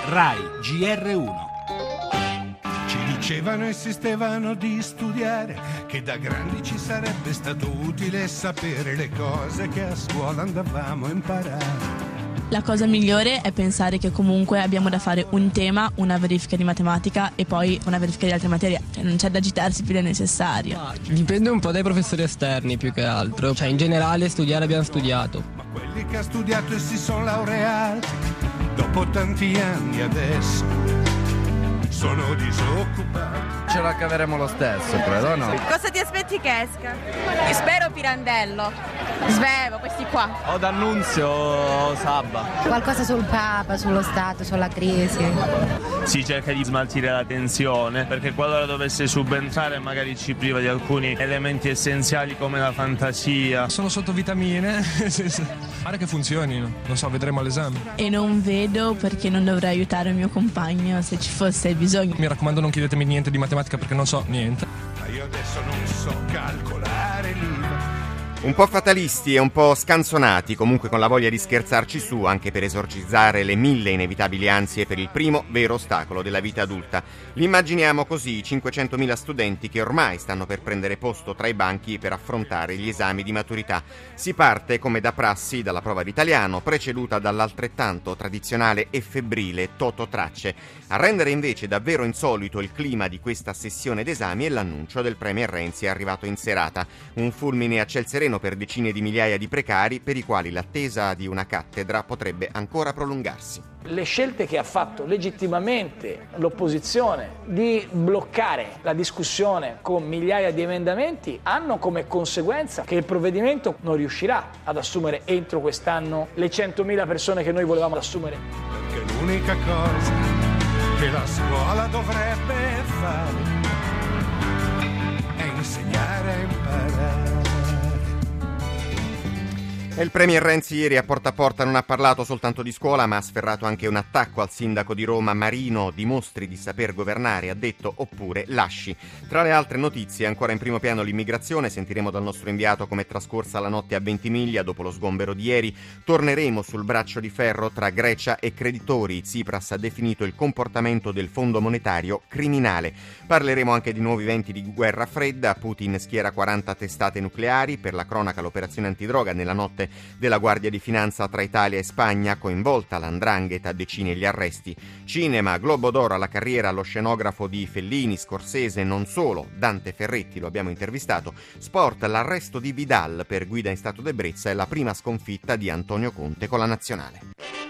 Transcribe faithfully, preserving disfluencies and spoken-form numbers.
Rai G R uno. Ci dicevano e insistevano di studiare, che da grandi ci sarebbe stato utile sapere le cose che a scuola andavamo a imparare. La cosa migliore è pensare che comunque abbiamo da fare un tema, una verifica di matematica e poi una verifica di altre materie. Cioè non c'è da agitarsi più del necessario. Ma dipende un po' dai professori esterni più che altro. Cioè in generale studiare abbiamo studiato. Ma quelli che ha studiato e si sono laureati, dopo tanti anni adesso sono disoccupati. Ce la caveremo lo stesso, credo, no? Cosa ti aspetti che esca? Io spero Pirandello, Svevo, questi qua. O D'Annunzio o Sabba. Qualcosa sul Papa, sullo Stato, sulla crisi. Si cerca di smaltire la tensione, perché qualora dovesse subentrare magari ci priva di alcuni elementi essenziali come la fantasia. Sono sotto vitamine, pare che funzionino, non so, vedremo all'esame. E non vedo perché non dovrei aiutare il mio compagno se ci fosse bisogno. Mi raccomando, non chiedetemi niente di matematica perché non so niente. Ma io adesso non so calcolare l'I V A. Un po' fatalisti e un po' scanzonati, comunque con la voglia di scherzarci su, anche per esorcizzare le mille inevitabili ansie per il primo vero ostacolo della vita adulta. Li immaginiamo così, i cinquecentomila studenti che ormai stanno per prendere posto tra i banchi per affrontare gli esami di maturità. Si parte, come da prassi, dalla prova d'italiano, preceduta dall'altrettanto tradizionale e febbrile Tototracce. A rendere invece davvero insolito il clima di questa sessione d'esami è l'annuncio del premier Renzi arrivato in serata. Un fulmine a ciel sereno per decine di migliaia di precari per i quali l'attesa di una cattedra potrebbe ancora prolungarsi. Le scelte che ha fatto legittimamente l'opposizione di bloccare la discussione con migliaia di emendamenti hanno come conseguenza che il provvedimento non riuscirà ad assumere entro quest'anno le centomila persone che noi volevamo assumere. Perché l'unica cosa che la scuola dovrebbe fare è insegnare a imparare. E il premier Renzi ieri a Porta a Porta non ha parlato soltanto di scuola, ma ha sferrato anche un attacco al sindaco di Roma Marino. Dimostri di saper governare, ha detto, oppure lasci. Tra le altre notizie, ancora in primo piano l'immigrazione. Sentiremo dal nostro inviato come è trascorsa la notte a Ventimiglia dopo lo sgombero di ieri. Torneremo sul braccio di ferro tra Grecia e creditori. Tsipras ha definito il comportamento del Fondo Monetario criminale. Parleremo anche di nuovi venti di guerra fredda. Putin schiera quaranta testate nucleari. Per la cronaca l'operazione antidroga nella notte della Guardia di Finanza tra Italia e Spagna, coinvolta l'Andrangheta, decine gli arresti. Cinema, Globo d'Oro alla carriera allo scenografo di Fellini, Scorsese, non solo, Dante Ferretti, lo abbiamo intervistato. Sport, l'arresto di Vidal per guida in stato d'ebbrezza e la prima sconfitta di Antonio Conte con la nazionale.